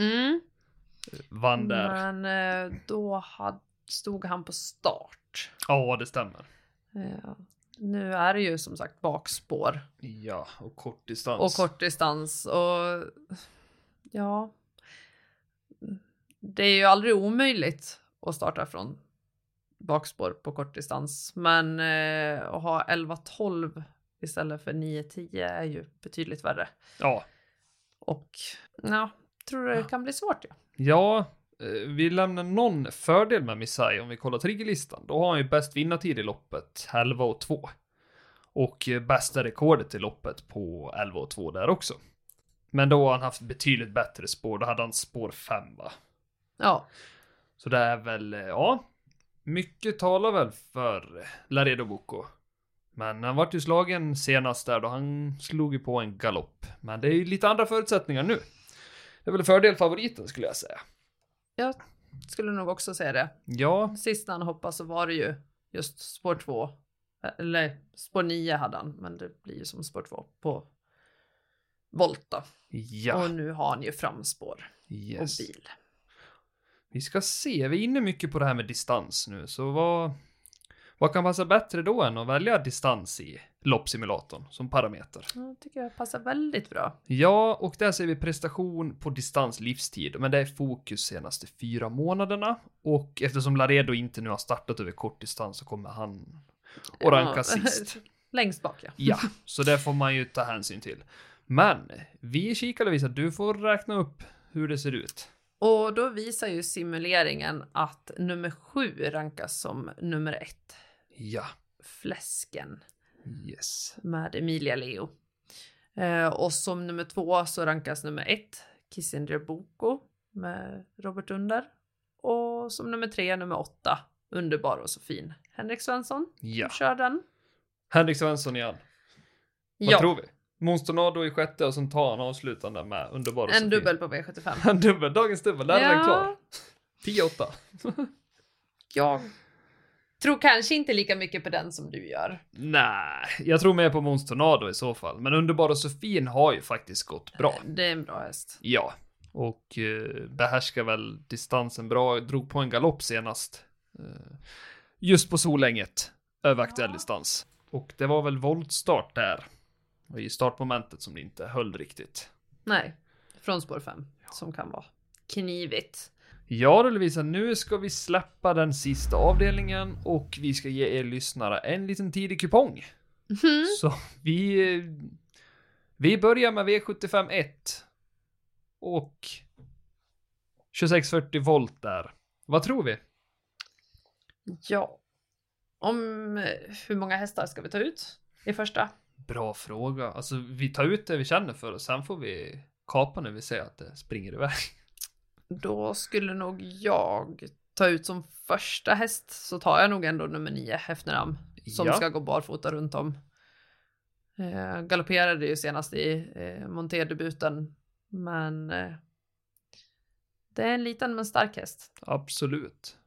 Vann där. Men då stod han på start. Ja, det stämmer. Nu är det ju som sagt bakspår. Ja, och kortdistans. Och ja. Det är ju aldrig omöjligt att starta från bakspår på kortdistans. Men att ha 11-12 istället för 9-10 är ju betydligt värre. Ja. Och ja, tror det kan bli svårt. Ja, vi lämnar någon fördel med Missai om vi kollar triggerlistan. Då har han ju bäst vinnartid i loppet 11,2. Och bästa rekordet i loppet på 11,2 där också. Men då har han haft betydligt bättre spår. Då hade han spår 5 va? Ja. Så det är väl, mycket talar väl för Laredo Boko. Men han var ju slagen senast där då han slog ju på en galopp. Men det är ju lite andra förutsättningar nu. Det är väl fördel favoriten skulle jag säga. Jag skulle nog också säga det. Ja. Sist han hoppade så var det ju just spår 2. Eller spår 9 hade han. Men det blir ju som spår 2 på Volta. Ja. Och nu har han ju framspår. Yes. Och bil. Vi ska se, vi är inne mycket på det här med distans nu. Så vad kan passa bättre då än att välja distans i loppsimulatorn som parameter? Jag tycker jag passar väldigt bra. Ja, och där ser vi prestation på distans livstid. Men det är fokus senaste 4 månaderna. Och eftersom Laredo inte nu har startat över kortdistans så kommer han att ranka sist. Längst bak, ja. Ja, så det får man ju ta hänsyn till. Men vi kikar och visar att du får räkna upp hur det ser ut. Och då visar ju simuleringen att nummer 7 rankas som nummer 1. Ja. Fläsken. Yes. Med Emilia Leo. Och som nummer 2 så rankas nummer 1 Kissinger Boko med Robert Under. Och som nummer 3 nummer 8 Underbar och så fin Henrik Svensson. Ja. Kör den. Henrik Svensson igen. Vad tror vi? Monstornado i 6:e och sen tar han avslutande med Underbar och så en fin. dubbel på V75. En dubbel, dagens dubbel, där är den klar. 10-8. Jag tror kanske inte lika mycket på den som du gör. Nej, jag tror mer på Monstornado i så fall. Men Underbar och så fin har ju faktiskt gått bra. Det är en bra häst. Ja, och behärskar väl distansen bra. Drog på en galopp senast. Just på Solänget, över aktuell distans. Och det var väl voltstart där. Och i startmomentet som det inte höll riktigt. Nej, från spår 5. Som kan vara knivigt. Ja då Lovisa, nu ska vi släppa den sista avdelningen. Och vi ska ge er lyssnare en liten tidig kupong. Så vi börjar med V75 1. Och 2640 volt där. Vad tror vi? Ja. Hur många hästar ska vi ta ut i första? Bra fråga. Alltså vi tar ut det vi känner för och sen får vi kapa när vi ser att det springer iväg. Då skulle nog jag ta ut som första häst, så tar jag nog ändå nummer 9, Hefneram, som ska gå barfota runt om. Galopperade ju senast i Monté-debuten, men det är en liten men stark häst. Absolut.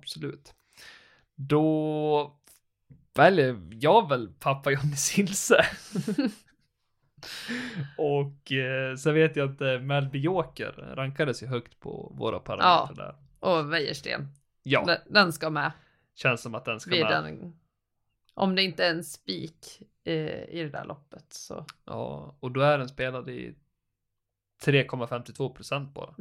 Då väljer jag väl pappa Johnny Silse. Och så vet jag att Melby Joker rankades ju högt på våra parametrar där. Och Wäjersten. Ja. Den ska med. Känns som att den ska med. Om det inte är en spik i det där loppet så. Ja, och då är den spelad i 3,52% bara.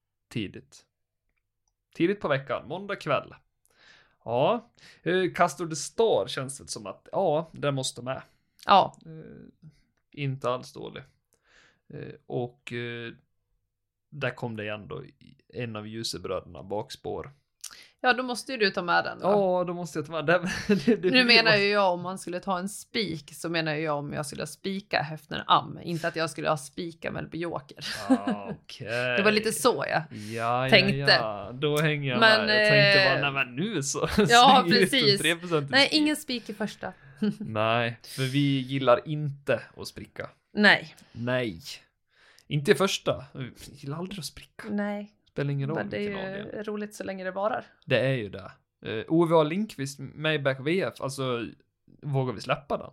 Tidigt på veckan, måndag kväll. Ja, Castor de Star känns det som att den måste med. Ja. Inte alls dålig. Och där kom det igen då en av ljusebröderna bakspår. Ja, då måste ju du ta med den. Ja, då måste jag ta med den. Nu menar ju jag, om man skulle ta en spik, så menar jag om jag skulle spika Hefneram. Inte att jag skulle ha spika Melby Joker. Okay. Det var lite så jag tänkte. Ja. Då hänger jag med. Jag tänkte bara, men nu så. Ja, precis. Nej, ingen spik i första. Nej, för vi gillar inte att spricka. Nej. Inte i första. Vi gillar aldrig att spricka. Nej. Spelar ingen roll. Men det är ju roligt så länge det varar. Det är ju det. OVA Lindqvist, Maybach VF, alltså vågar vi släppa den?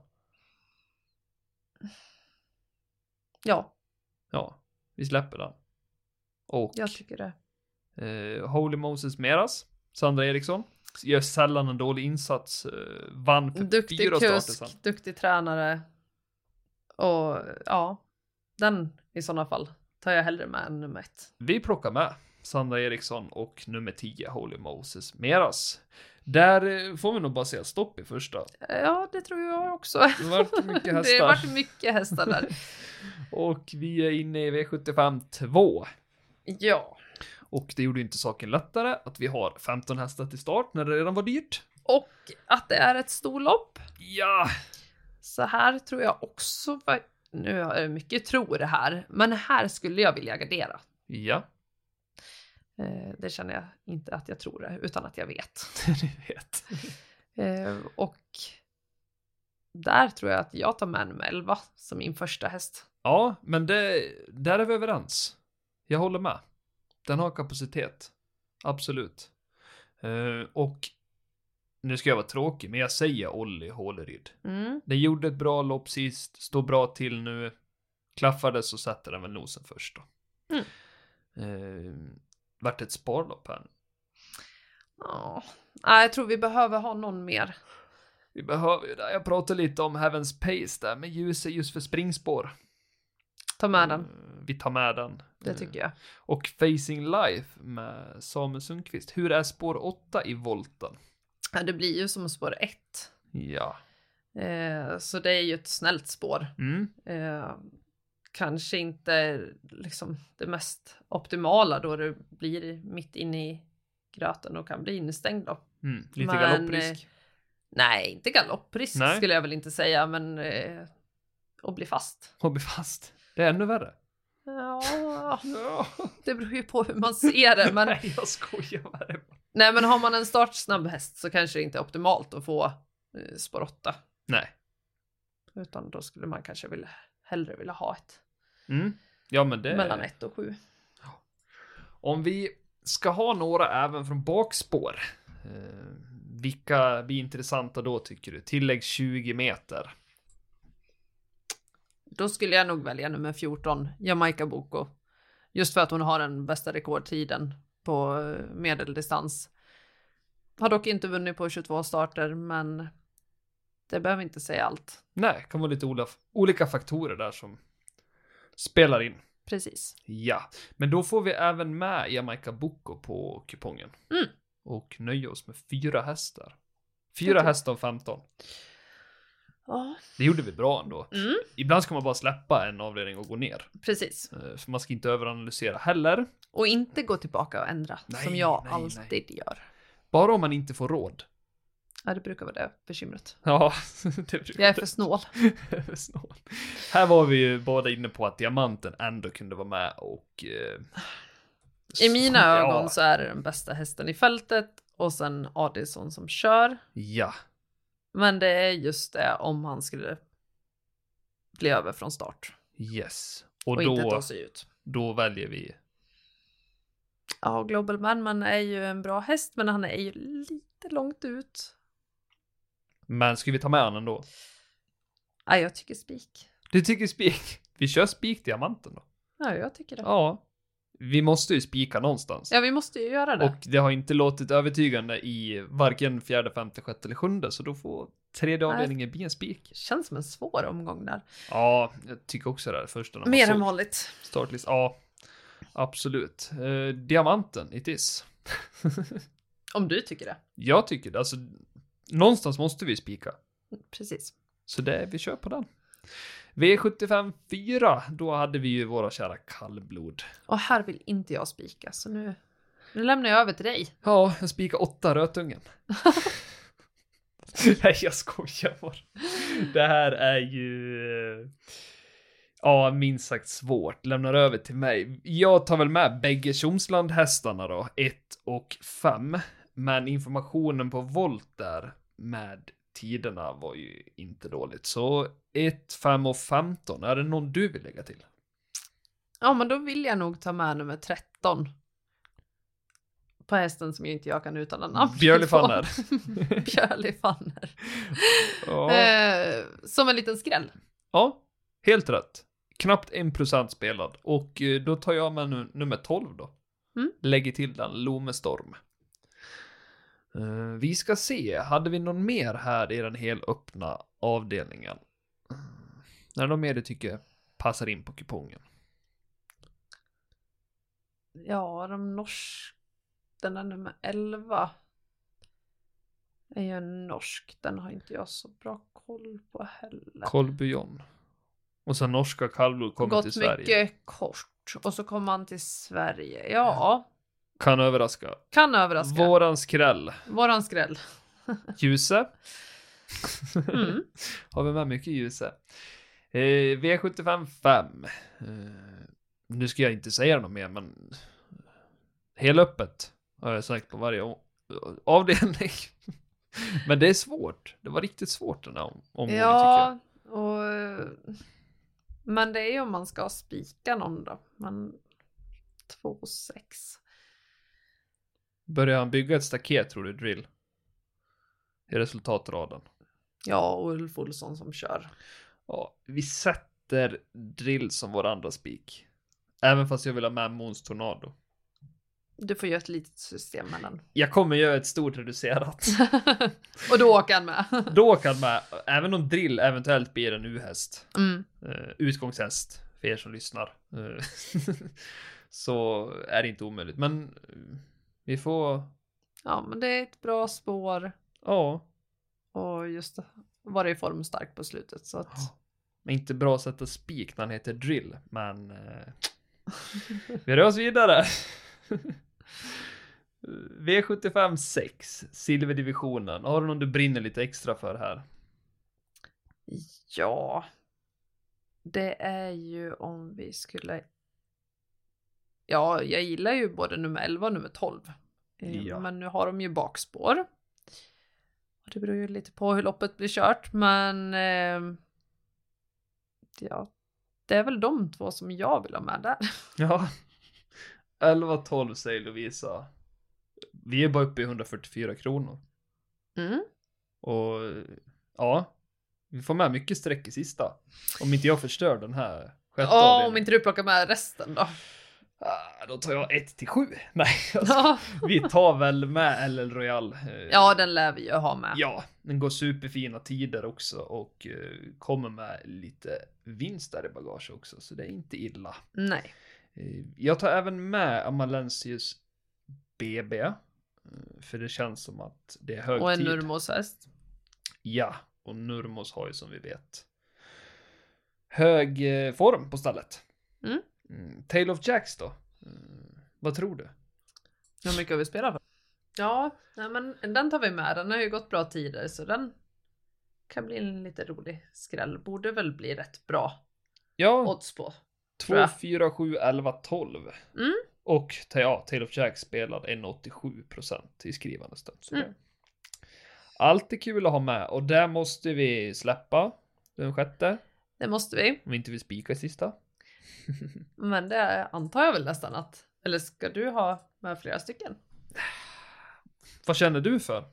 Ja. Ja, vi släpper den. Och jag tycker det. Holy Moses Meras, Sandra Eriksson, gör sällan en dålig insats, vann för duktig 4 starter kusk, sedan. Duktig tränare. Och ja, den i sådana fall tar jag hellre med än nummer 1. Vi plockar med Sandra Eriksson och nummer 10 Holy Moses Meras. Där får vi nog bara säga stopp i första. Ja, det tror jag också. Det vart mycket hästar. Det vart mycket hästar där. Och vi är inne i V75 2. Ja. Och det gjorde inte saken lättare att vi har 15 hästar till start när det redan var dyrt. Och att det är ett storlopp. Ja. Så här tror jag också. Nu har jag mycket tror det här. Men här skulle jag vilja gardera. Ja. Det känner jag inte att jag tror det, utan att jag vet. Du vet. Och där tror jag att jag tar med nummer 11 som min första häst. Ja, men där är vi överens. Jag håller med. Den har kapacitet. Absolut. Och nu ska jag vara tråkig, men jag säger Olli Håleryd. Det gjorde ett bra lopp sist, står bra till nu. Klaffades och sätter den väl nosen först då. Vart ett sparlopp här. Ja, jag tror vi behöver ha någon mer. Vi behöver ju det. Jag pratade lite om Heaven's Pace där med ljuset just för springspår. Ta med den. Vi tar med den. Det tycker jag. Och Facing Life med Samuel Sundqvist. Hur är spår 8 i volten? Ja, det blir ju som spår 1. Ja. Så det är ju ett snällt spår. Kanske inte liksom det mest optimala då det blir mitt inne i gröten och kan bli instängd då. Lite galopprisk. Nej, inte galopprisk skulle jag väl inte säga, men och bli fast. Och bli fast. Det är ännu värre. Ja. Det beror ju på hur man ser det. Men... Nej, jag skojar med det. Nej, men har man en startsnabb häst så kanske det inte är optimalt att få spår 8. Nej. Utan då skulle man kanske hellre vilja ha ett. Ja, men det... Mellan 1 och 7. Om vi ska ha några även från bakspår. Vilka blir intressanta då tycker du? Tillägg 20 meter. Då skulle jag nog välja nummer 14, Jamaica Boko. Just för att hon har den bästa rekordtiden på medeldistans. Har dock inte vunnit på 22 starter, men det behöver inte säga allt. Nej, det kan vara lite olika faktorer där som spelar in. Precis. Ja, men då får vi även med Jamaica Boko på kupongen. Och nöja oss med 4 hästar. 4 hästar av 15. Ja. Det gjorde vi bra ändå. Ibland ska man bara släppa en avdelning och gå ner. Precis. Så man ska inte överanalysera heller. Och inte gå tillbaka och ändra. Som jag alltid gör. Bara om man inte får råd. Ja, det brukar vara det bekymret. Ja, det brukar jag är för snål. För snål. Här var vi ju båda inne på att diamanten ändå kunde vara med och... I mina ögon så är det den bästa hästen i fältet. Och sen Addison som kör. Ja. Men det är just det om han skulle bli över från start. Yes. Och då, inte ta sig ut. Då väljer vi... Ja, Global Man är ju en bra häst. Men han är ju lite långt ut. Men ska vi ta med honom då? Ja, jag tycker spik. Du tycker spik? Vi kör spik-diamanten då. Ja, jag tycker det. Ja. Vi måste ju spika någonstans. Ja, vi måste ju göra det. Och det har inte låtit övertygande i varken 4, 5, 6 eller 7. Så då får 3:e avdelningen bli en spik. Känns som en svår omgång där. Ja, jag tycker också det. Första mer än vanligt. Startlist, ja. Absolut. Diamanten, it is. Om du tycker det. Jag tycker det. Alltså, någonstans måste vi spika. Precis. Så vi kör på den. V75 4, då hade vi ju våra kära kallblod. Och här vill inte jag spika, så nu lämnar jag över till dig. Ja, jag spikar 8 Rötungen. Nej, jag skojar bara. Det här är ju... Ja, minst sagt svårt. Lämnar över till mig. Jag tar väl med bägge Tjomsland-hästarna då. 1 och 5. Men informationen på volt där med tiderna var ju inte dåligt. Så 1, 5 och 15. Är det någon du vill lägga till? Ja, men då vill jag nog ta med nummer 13. På hästen som jag inte kan uttala namn. Björlifanner. Björlifanner. Ja. Som en liten skräll. Ja, helt rätt. Knappt 1% spelad. Och då tar jag med nummer 12 då. Lägger till den, Lomestorm. Vi ska se, hade vi någon mer här i den helt öppna avdelningen? Är det någon mer du tycker passar in på kupongen? Ja, den är nummer 11. Är ju en norsk. Den har inte jag så bra koll på heller. Kolbjörn. Och sen norska kallblod kommer till Sverige. Gått mycket kort. Och så kommer han till Sverige. Ja. Kan överraska. Våran skräll. Ljuse. Har vi med mycket ljuse. V75 5. Nu ska jag inte säga något mer, men helt öppet har jag sagt på varje avdelning. Men det är svårt. Det var riktigt svårt den här omgången, ja, tycker jag. Men det är ju om man ska spika någon då. Men 2-6. Börjar han bygga ett staket, tror du, Drill? I resultatraden. Ja, och Ulf Olsson som kör. Ja, vi sätter Drill som vår andra spik. Även fast jag vill ha med Måns Tornado. Du får göra ett litet system med den. Jag kommer göra ett stort reducerat. Och då åker han med. Även om Drill eventuellt blir en U-häst. Utgångshäst, för er som lyssnar. Så är det inte omöjligt. Men vi får... Ja, men det är ett bra spår. Ja. Och just var det i form stark på slutet. Så att... Men inte bra att sätta spik när han heter Drill. Men vi rör oss vidare. V75 6, silverdivisionen. Har du någon du brinner lite extra för här? Ja, det är ju om vi skulle... Ja, jag gillar ju både nummer 11 och nummer 12. Ja. Men nu har de ju bakspår. Och det beror ju lite på hur loppet blir kört. Men ja, det är väl de två som jag vill ha med där. Ja, 11-12 säger Lovisa. Vi är bara uppe i 144 kronor. Och ja, vi får med mycket streck i sista. Om inte jag förstör den här Ja, om inte du plockar med resten då. Då tar jag 1-7. Nej, alltså, vi tar väl med LL Royal. Ja, den lär vi ju ha med. Ja, den går superfina tider också och kommer med lite vinst där i bagage också, så det är inte illa. Nej. Jag tar även med Amalensius BB, för det känns som att det är hög tid. Och en Nurmos-häst. Ja, och Nurmos har ju som vi vet hög form på stället. Tale of Jacks då? Vad tror du? Hur mycket har vi spelat för? Ja, nej, men den tar vi med. Den har ju gått bra tider, så den kan bli en lite rolig skräll. Borde väl bli rätt bra odds på. 2, 4, 7, 11, 12. Och Tale of Jacks spelad 1,87% i skrivande stund. Så det. Allt är kul att ha med. Och där måste vi släppa den 6:e. Det måste vi. Om vi inte vill spika i sista. Men det antar jag väl nästan att. Eller ska du ha med flera stycken? Vad känner du för?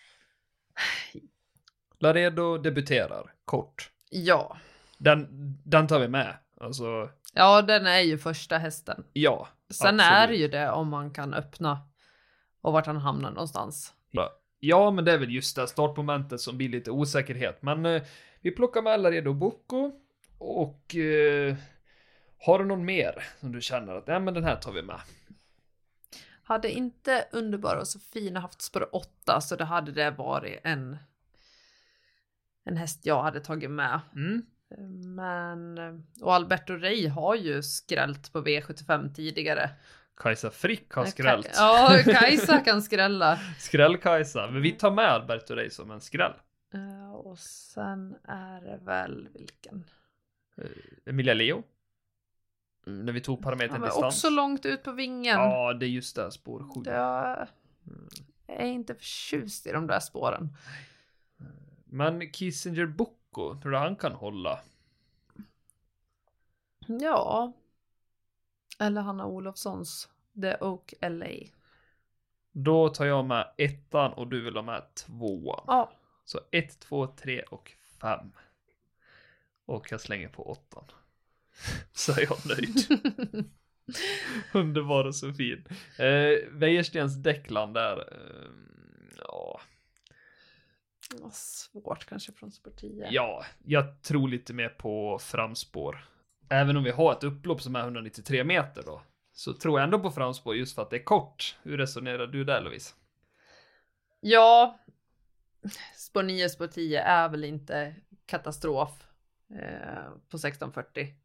Laredo debuterar kort. Ja. Den tar vi med. Alltså. Ja, den är ju första hästen. Ja. Sen absolut. Är det ju det om man kan öppna och vart han hamnar någonstans. Ja, men det är väl just det startmomentet som blir lite osäkerhet. Men vi plockar med Laredo Bocco. Och har du någon mer som du känner att men den här tar vi med? Hade inte Underbara och Sofina haft spår 8, så det hade det varit en häst jag hade tagit med. Men och Alberto Rey har ju skrällt på V75 tidigare. Kajsa Frick har skrällt. Ja, Kajsa kan skrälla. Skräll Kajsa. Men vi tar med Alberto Rey som en skräll. Och sen är det väl vilken? Emilia Leo. När vi tog parametern distans. Också långt ut på vingen. Ja, det är just det, spår 7. Jag är inte förtjust i de där spåren. Men Kissinger Bocco, tror du han kan hålla? Ja. Eller Hanna Olofssons The Oak LA. Då tar jag med 1:an och du vill ha med 2:an. Ja. Så 1, 2, 3 och 5. Och jag slänger på 8:an. Så är jag nöjd. Underbar och så fin. Wäjerstens Declan där. Ja. Svårt kanske från spår 10. Ja, jag tror lite mer på framspår. Även om vi har ett upplopp som är 193 meter då, så tror jag ändå på framspår just för att det är kort. Hur resonerar du där, Louise? Ja, spår 9, spår 10 är väl inte katastrof på 1640.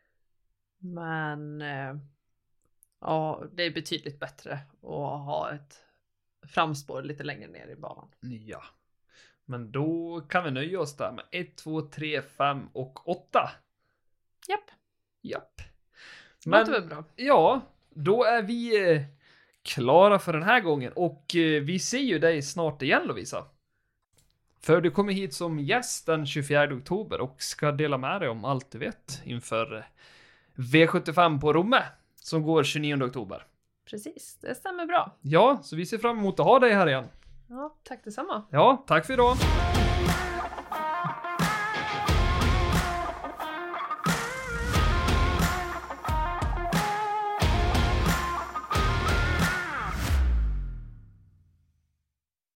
Men ja, det är betydligt bättre att ha ett framspår lite längre ner i banan. Ja, men då kan vi nöja oss där med 1, 2, 3, 5 och 8. Japp. Men det var bra. Ja, då är vi klara för den här gången. Och vi ser ju dig snart igen, Lovisa. För du kommer hit som gäst den 24 oktober och ska dela med dig om allt du vet inför V75 på Romme som går 29 oktober. Precis, det stämmer bra. Ja, så vi ser fram emot att ha dig här igen. Ja, tack detsamma. Ja, tack för idag.